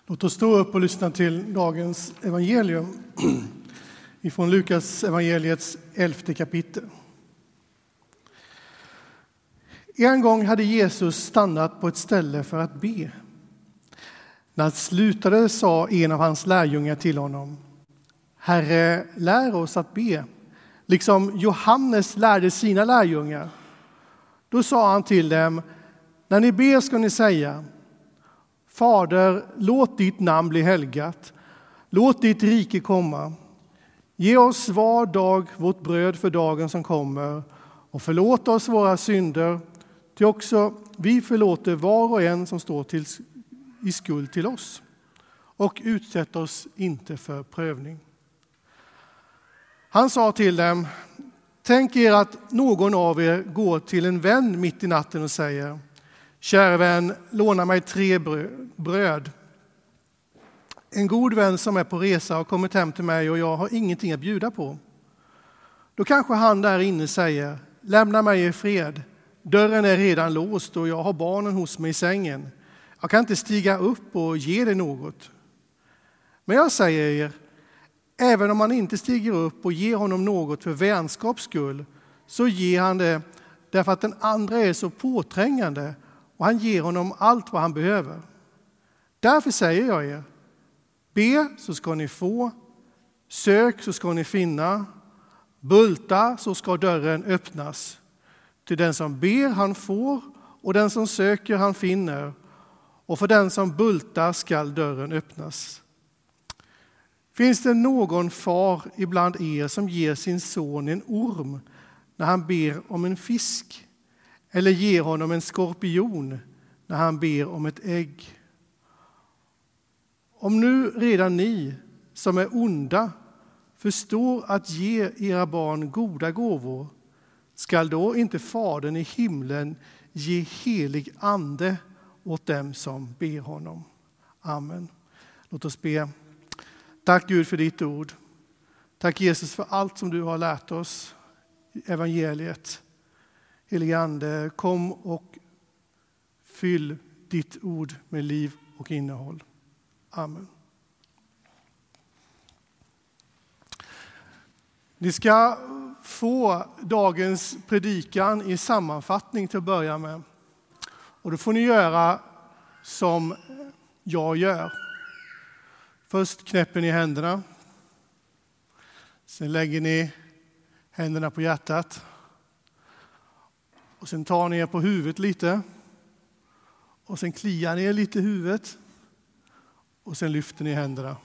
Låt oss stå upp och lyssna till dagens evangelium ifrån Lukas evangeliets 11:e kapitel. En gång hade Jesus stannat på ett ställe för att be. När han slutade sa en av hans lärjungar till honom: Herre, lär oss att be, liksom Johannes lärde sina lärjungar. Då sa han till dem: när ni ber ska ni säga: Fader, låt ditt namn bli helgat. Låt ditt rike komma. Ge oss var dag vårt bröd för dagen som kommer. Och förlåt oss våra synder, ty också vi förlåter var och en som står i skuld till oss. Och utsätt oss inte för prövning. Han sa till dem: tänk er att någon av er går till en vän mitt i natten och säger: kära vän, låna mig 3 bröd. En god vän som är på resa har kommit hem till mig och jag har ingenting att bjuda på. Då kanske han där inne säger: lämna mig i fred. Dörren är redan låst och jag har barnen hos mig i sängen. Jag kan inte stiga upp och ge dig något. Men jag säger er, även om man inte stiger upp och ger honom något för vänskaps skull, så ger han det därför att den andra är så påträngande och han ger honom allt vad han behöver. Därför säger jag er, be så ska ni få, sök så ska ni finna, bulta så ska dörren öppnas. Till den som ber han får och den som söker han finner, och för den som bultar skall dörren öppnas. Finns det någon far ibland er som ger sin son en orm när han ber om en fisk, eller ger honom en skorpion när han ber om ett ägg? Om nu redan ni som är onda förstår att ge era barn goda gåvor, skall då inte Fadern i himlen ge helig ande åt dem som ber honom? Amen. Låt oss be. Tack Gud för ditt ord. Tack Jesus för allt som du har lärt oss i evangeliet. Helige Ande, kom och fyll ditt ord med liv och innehåll. Amen. Ni ska få dagens predikan i sammanfattning till att börja med. Och då får ni göra som jag gör. Först knäpper ni händerna. Sen lägger ni händerna på hjärtat. Och sen tar ni er på huvudet lite. Och sen kliar ni er lite i huvudet. Och sen lyfter ni händerna.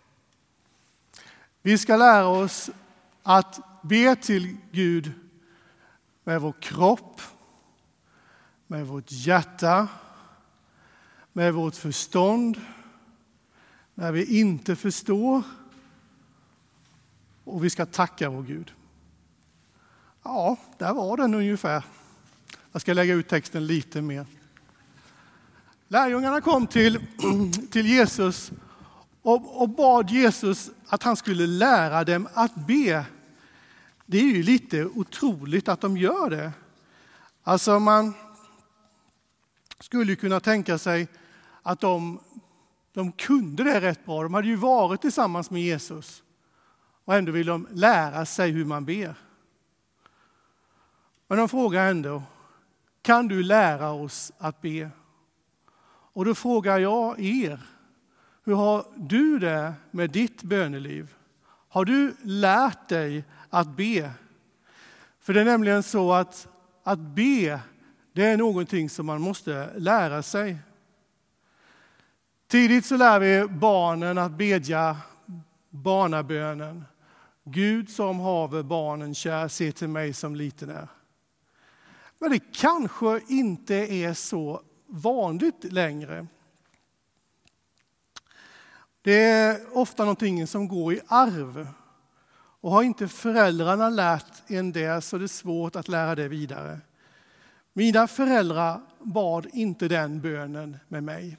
Vi ska lära oss att be till Gud med vår kropp, med vårt hjärta, med vårt förstånd, när vi inte förstår, och vi ska tacka vår Gud. Ja, där var den ungefär. Jag ska lägga ut texten lite mer. Lärjungarna kom till Jesus och bad Jesus att han skulle lära dem att be. Det är ju lite otroligt att de gör det. Alltså man skulle kunna tänka sig att de kunde det rätt bra. De hade ju varit tillsammans med Jesus. Och ändå vill de lära sig hur man ber. Men de frågar ändå: kan du lära oss att be? Och då frågar jag er: hur har du det med ditt böneliv? Har du lärt dig att be? För det är nämligen så att be, det är någonting som man måste lära sig. Tidigt så lär vi barnen att bedja barnabönen. Gud som haver barnen kär, se till mig som liten är. Men det kanske inte är så vanligt längre. Det är ofta någonting som går i arv. Och har inte föräldrarna lärt en det, så är det svårt att lära det vidare. Mina föräldrar bad inte den bönen med mig.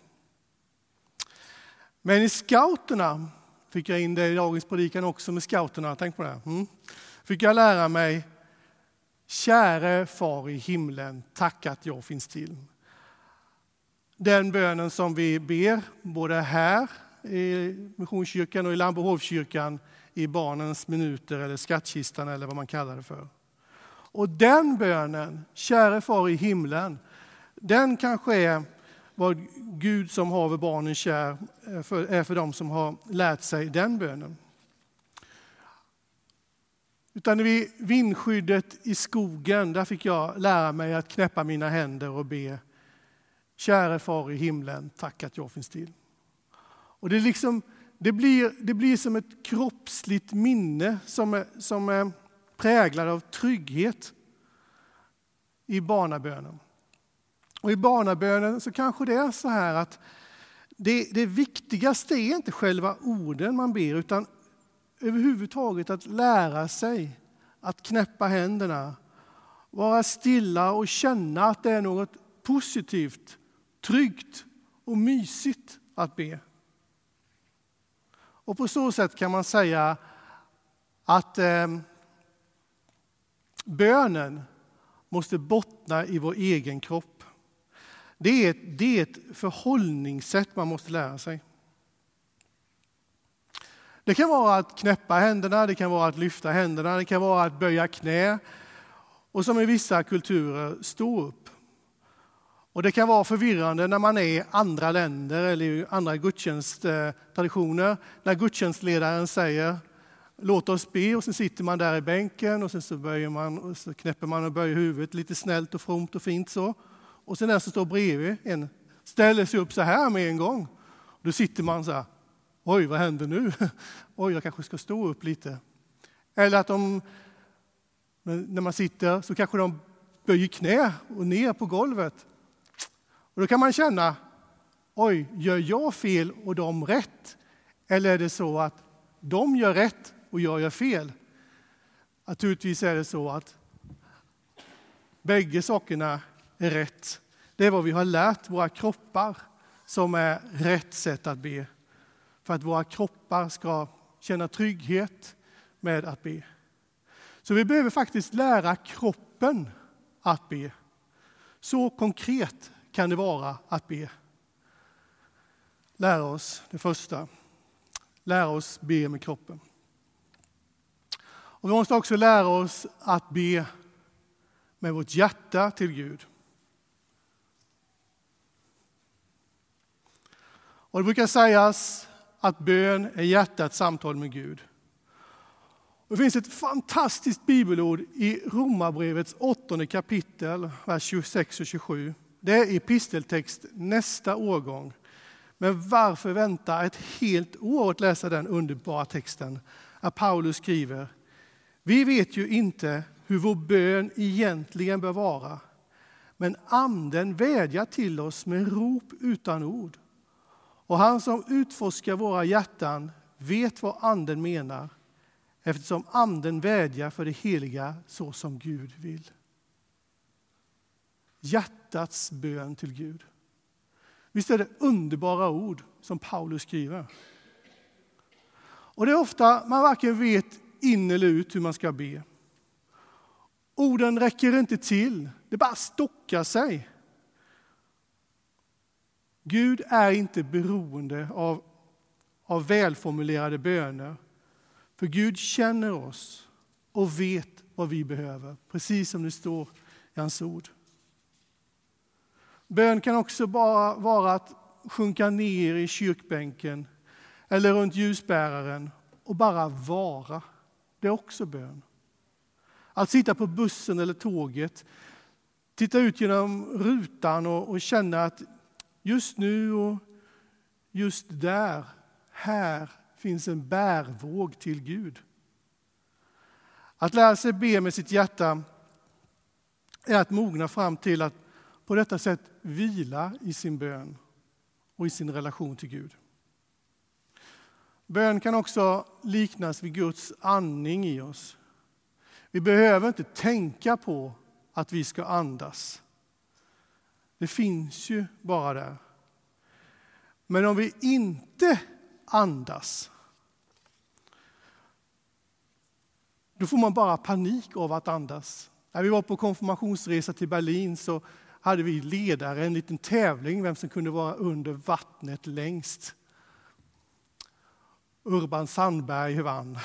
Men i scouterna, fick jag in det i dagens predikan också med scouterna, tänk på det. Fick jag lära mig: käre far i himlen, tack att jag finns till. den bönen som vi ber både här i Missionskyrkan och i Lambohovskyrkan i barnens minuter eller skattkistan eller vad man kallar det för. Och den bönen, käre far i himlen, den kanske är vad Gud som haver barnen kär är för dem som har lärt sig den bönen. Utan vid vindskyddet i skogen, där fick jag lära mig att knäppa mina händer och be: käre far i himlen, tack att jag finns till. Och det blir som ett kroppsligt minne som är präglad av trygghet i barnabönen. Och i barnabönen så kanske det är så här att det viktigaste är inte själva orden man ber, utan överhuvudtaget att lära sig att knäppa händerna, vara stilla och känna att det är något positivt, tryggt och mysigt att be. Och på så sätt kan man säga att bönen måste bottna i vår egen kropp. Det är ett förhållningssätt man måste lära sig. Det kan vara att knäppa händerna, det kan vara att lyfta händerna, det kan vara att böja knä och som i vissa kulturer stå upp. Och det kan vara förvirrande när man är i andra länder eller i andra gudstjänsttraditioner. När gudstjänstledaren säger låt oss be och så sitter man där i bänken och sen så böjer man och så knäpper man och böjer huvudet lite snällt och fromt och fint så. Och sen den som står bredvid en ställer sig upp så här med en gång. Då sitter man så här: oj, vad händer nu? Oj, jag kanske ska stå upp lite. Eller att när man sitter så kanske de böjer knä och ner på golvet. Och då kan man känna: oj, gör jag fel och de rätt? Eller är det så att de gör rätt och jag gör fel? Naturligtvis är det så att bägge sakerna är rätt. Det är vad vi har lärt våra kroppar som är rätt sätt att be. För att våra kroppar ska känna trygghet med att be. Så vi behöver faktiskt lära kroppen att be. Så konkret kan det vara att be. Lära oss det första. Lära oss be med kroppen. Och vi måste också lära oss att be med vårt hjärta till Gud. Och det brukar sägas att bön är hjärtats samtal med Gud. Det finns ett fantastiskt bibelord i Romarbrevets 8:e kapitel, vers 26 och 27. Det är episteltext nästa årgång. Men varför vänta ett helt år att läsa den underbara texten? Att Paulus skriver: vi vet ju inte hur vår bön egentligen bör vara. Men anden vädjar till oss med rop utan ord. Och han som utforskar våra hjärtan vet vad anden menar, eftersom anden vädjar för det heliga så som Gud vill. Hjärtats bön till Gud. Visst är det underbara ord som Paulus skriver. Och det är ofta man varken vet in eller ut hur man ska be. Orden räcker inte till, det bara stockar sig. Gud är inte beroende av välformulerade böner. För Gud känner oss och vet vad vi behöver, precis som det står i hans ord. Bön kan också bara vara att sjunka ner i kyrkbänken eller runt ljusbäraren och bara vara. Det är också bön. Att sitta på bussen eller tåget, titta ut genom rutan och känna att just nu och just där, här finns en bärvåg till Gud. Att lära sig be med sitt hjärta är att mogna fram till att på detta sätt vila i sin bön och i sin relation till Gud. Bön kan också liknas vid Guds andning i oss. Vi behöver inte tänka på att vi ska andas. Det finns ju bara där. Men om vi inte andas, då får man bara panik av att andas. När vi var på konfirmationsresa till Berlin så hade vi ledare en liten tävling vem som kunde vara under vattnet längst. Urban Sandberg vann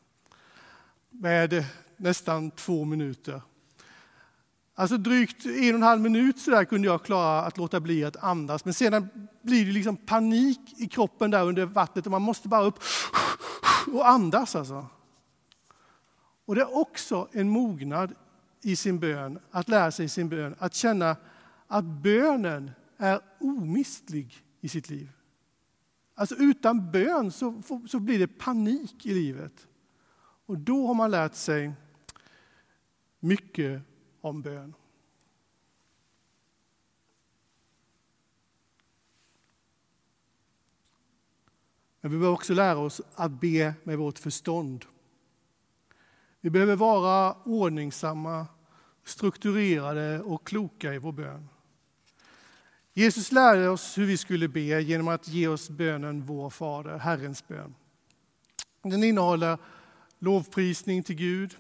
med nästan 2 minuter. Alltså drygt 1,5 minut så där kunde jag klara att låta bli att andas. Men sedan blir det liksom panik i kroppen där under vattnet och man måste bara upp och andas alltså. Och det är också en mognad i sin bön, att lära sig i sin bön, att känna att bönen är omistlig i sitt liv. Alltså utan bön så blir det panik i livet. Och då har man lärt sig mycket om bön. Men vi behöver också lära oss att be med vårt förstånd. Vi behöver vara ordningsamma, strukturerade och kloka i vår bön. Jesus lärde oss hur vi skulle be genom att ge oss bönen Vår Fader, Herrens bön. Den innehåller lovprisning till Gud,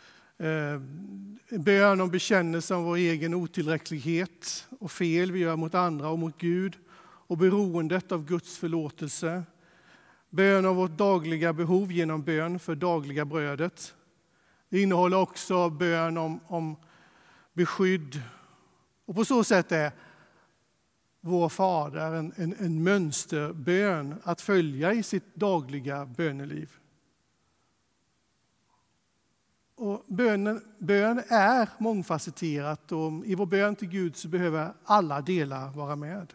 bön om bekännelse om vår egen otillräcklighet och fel vi gör mot andra och mot Gud och beroendet av Guds förlåtelse. Bön om vårt dagliga behov genom bön för dagliga brödet. Det innehåller också bön om beskydd. Och på så sätt är Vår Fader en mönsterbön att följa i sitt dagliga böneliv. Och bön är mångfacetterat och i vår bön till Gud så behöver alla delar vara med.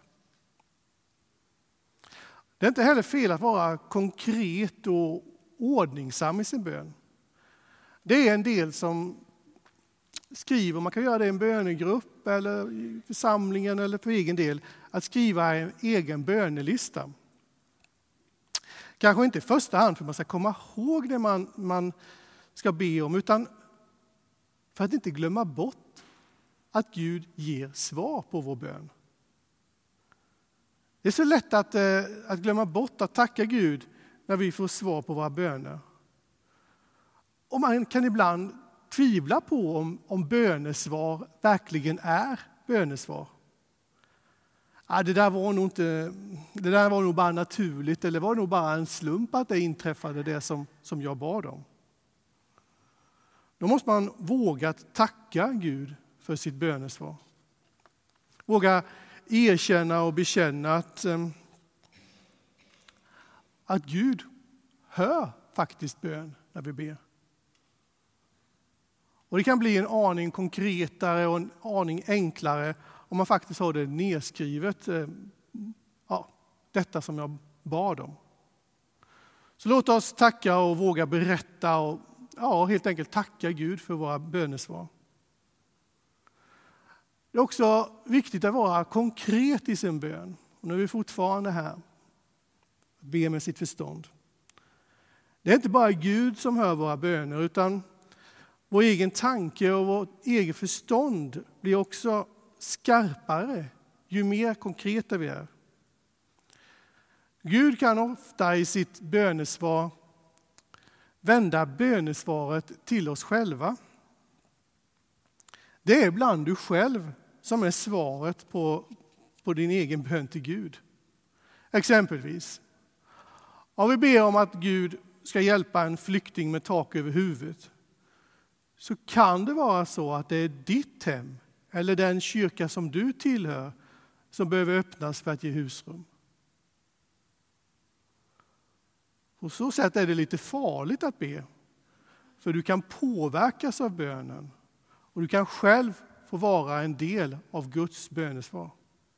Det är inte heller fel att vara konkret och ordningsam i sin bön. Det är en del som skriver, man kan göra det i en bönegrupp eller i församlingen eller på egen del, att skriva en egen bönelista. Kanske inte i första hand för att man ska komma ihåg det man ska be om, utan för att inte glömma bort att Gud ger svar på vår bön. Det är så lätt att glömma bort att tacka Gud när vi får svar på våra böner. Och man kan ibland tvivla på om bönesvar verkligen är bönesvar. Det där var nog bara naturligt, eller var nog bara en slump att det inträffade det som jag bad om. Då måste man våga tacka Gud för sitt bönesvar. Våga erkänna och bekänna att Gud hör faktiskt bön när vi ber. Och det kan bli en aning konkretare och en aning enklare om man faktiskt har det nedskrivet, detta som jag bad om. Så låt oss tacka och våga berätta och helt enkelt tacka Gud för våra bönesvar. Det är också viktigt att vara konkret i sin bön. Och nu är vi fortfarande här. Be med sitt förstånd. Det är inte bara Gud som hör våra böner, utan vår egen tanke och vårt eget förstånd blir också skarpare ju mer konkreta vi är. Gud kan ofta i sitt bönesvar vända bönesvaret till oss själva. Det är ibland du själv som är svaret på din egen bön till Gud. Exempelvis, om vi ber om att Gud ska hjälpa en flykting med tak över huvudet, så kan det vara så att det är ditt hem eller den kyrka som du tillhör som behöver öppnas för att ge husrum. På så sätt är det lite farligt att be, för du kan påverkas av bönen och du kan själv få vara en del av Guds bönesvar.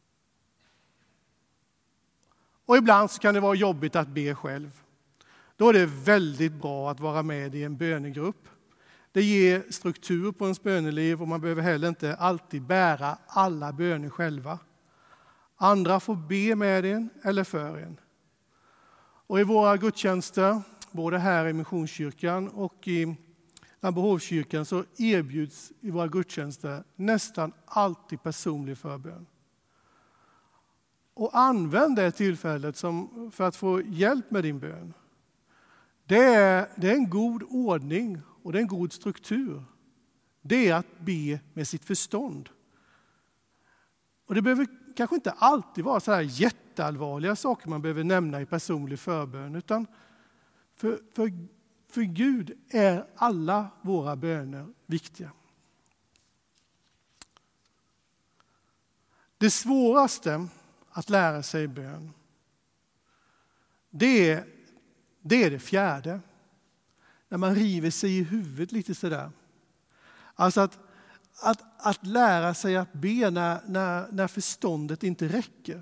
Och ibland så kan det vara jobbigt att be själv. Då är det väldigt bra att vara med i en bönegrupp. Det ger struktur på ens böneliv och man behöver heller inte alltid bära alla böner själva. Andra får be med en eller för en. Och i våra gudstjänster, både här i Missionskyrkan och i Lambohovskyrkan, så erbjuds i våra gudstjänster nästan alltid personlig förbön. Och använd det tillfället för att få hjälp med din bön. Det är en god ordning och det är en god struktur. Det är att be med sitt förstånd. Och det behöver kanske inte alltid vara så här jätteallvarliga saker man behöver nämna i personlig förbön, utan för Gud är alla våra böner viktiga. Det svåraste att lära sig bön, det är det fjärde. När man river sig i huvudet lite sådär. Alltså att lära sig att be när förståndet inte räcker.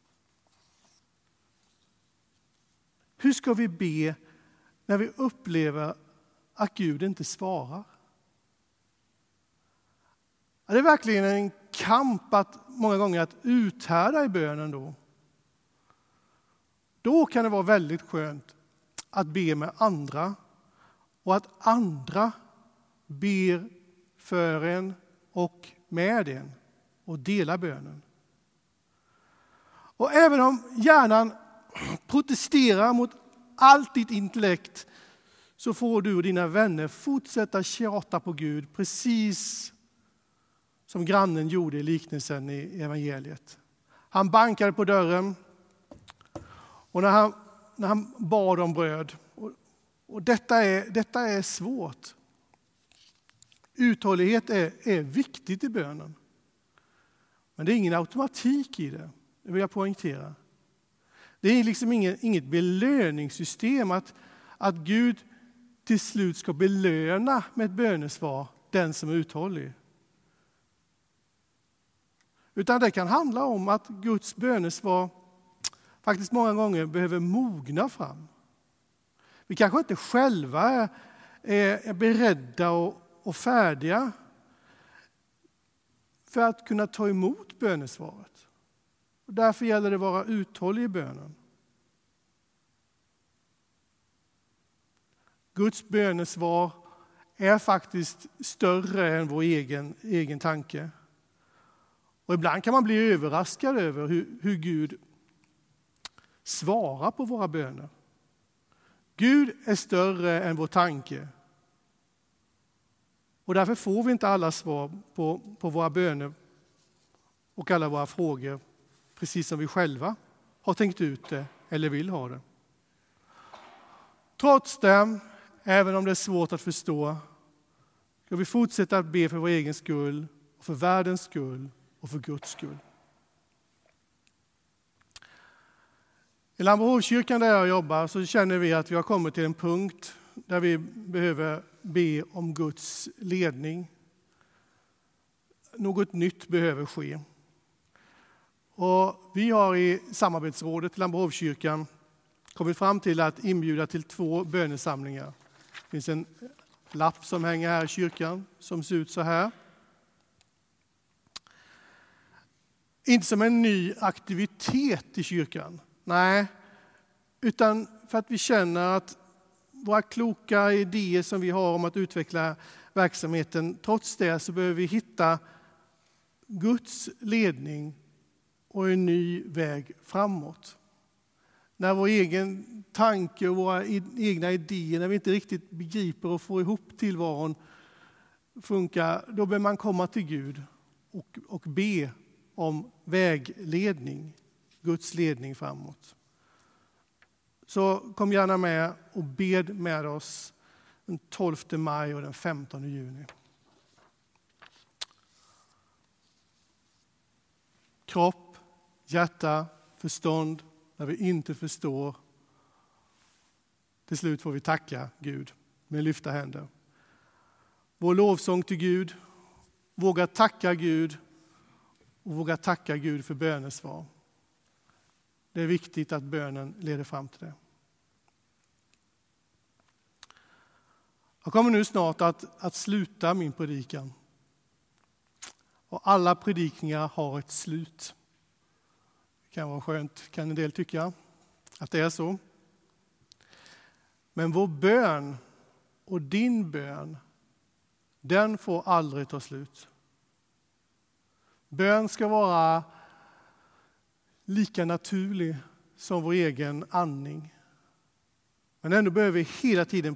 Hur ska vi be när vi upplever att Gud inte svarar? Det är verkligen en kamp många gånger att uthärda i bönen då. Då kan det vara väldigt skönt att be med andra och att andra ber för en och med en och delar bönen. Och även om hjärnan protesterar mot allt ditt intellekt, så får du och dina vänner fortsätta tjata på Gud, precis som grannen gjorde i liknelsen i evangeliet. Han bankade på dörren och när han bad om bröd. Och detta är svårt. Uthållighet är viktigt i bönen. Men det är ingen automatik i det vill jag poängtera. Det är liksom inget belöningssystem att Gud till slut ska belöna med ett bönesvar den som är uthållig. Utan det kan handla om att Guds bönesvar faktiskt många gånger behöver mogna fram. Vi kanske inte själva är beredda och färdiga för att kunna ta emot bönesvaret. Och därför gäller det att vara uthållig i bönen. Guds bönesvar är faktiskt större än vår egen tanke. Och ibland kan man bli överraskad över hur Gud svarar på våra böner. Gud är större än vår tanke. Och därför får vi inte alla svar på våra böner och alla våra frågor precis som vi själva har tänkt ut det eller vill ha det. Trots det, även om det är svårt att förstå, ska vi fortsätta att be för vår egen skull och för världens skull och för Guds skull. I Lambohovkyrkan där jag jobbar så känner vi att vi har kommit till en punkt där vi behöver be om Guds ledning. Något nytt behöver ske. Och vi har i samarbetsrådet till Lambohovkyrkan kommit fram till att inbjuda till 2 bönesamlingar. Det finns en lapp som hänger här i kyrkan som ser ut så här. Inte som en ny aktivitet i kyrkan, nej, utan för att vi känner att våra kloka idéer som vi har om att utveckla verksamheten, trots det så behöver vi hitta Guds ledning och en ny väg framåt. När vår egen tanke och våra egna idéer, när vi inte riktigt begriper och får ihop tillvaron funkar, då behöver man komma till Gud och be om vägledning, Guds ledning framåt. Så kom gärna med och bed med oss den 12 maj och den 15 juni. Kropp, hjärta, förstånd, när vi inte förstår. Till slut får vi tacka Gud med lyfta händer. Vår lovsång till Gud, våga tacka Gud och våga tacka Gud för bönesvar. Det är viktigt att bönen leder fram till det. Jag kommer nu snart att sluta min predikan. Och alla predikningar har ett slut. Det kan vara skönt, kan en del tycka, att det är så. Men vår bön och din bön, den får aldrig ta slut. Bön ska vara lika naturlig som vår egen andning. Men ändå behöver vi hela tiden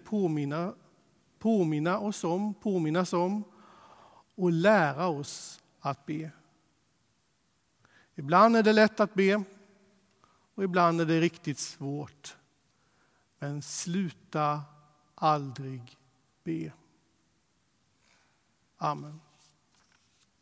påminnas om och lära oss att be. Ibland är det lätt att be och ibland är det riktigt svårt. Men sluta aldrig be. Amen.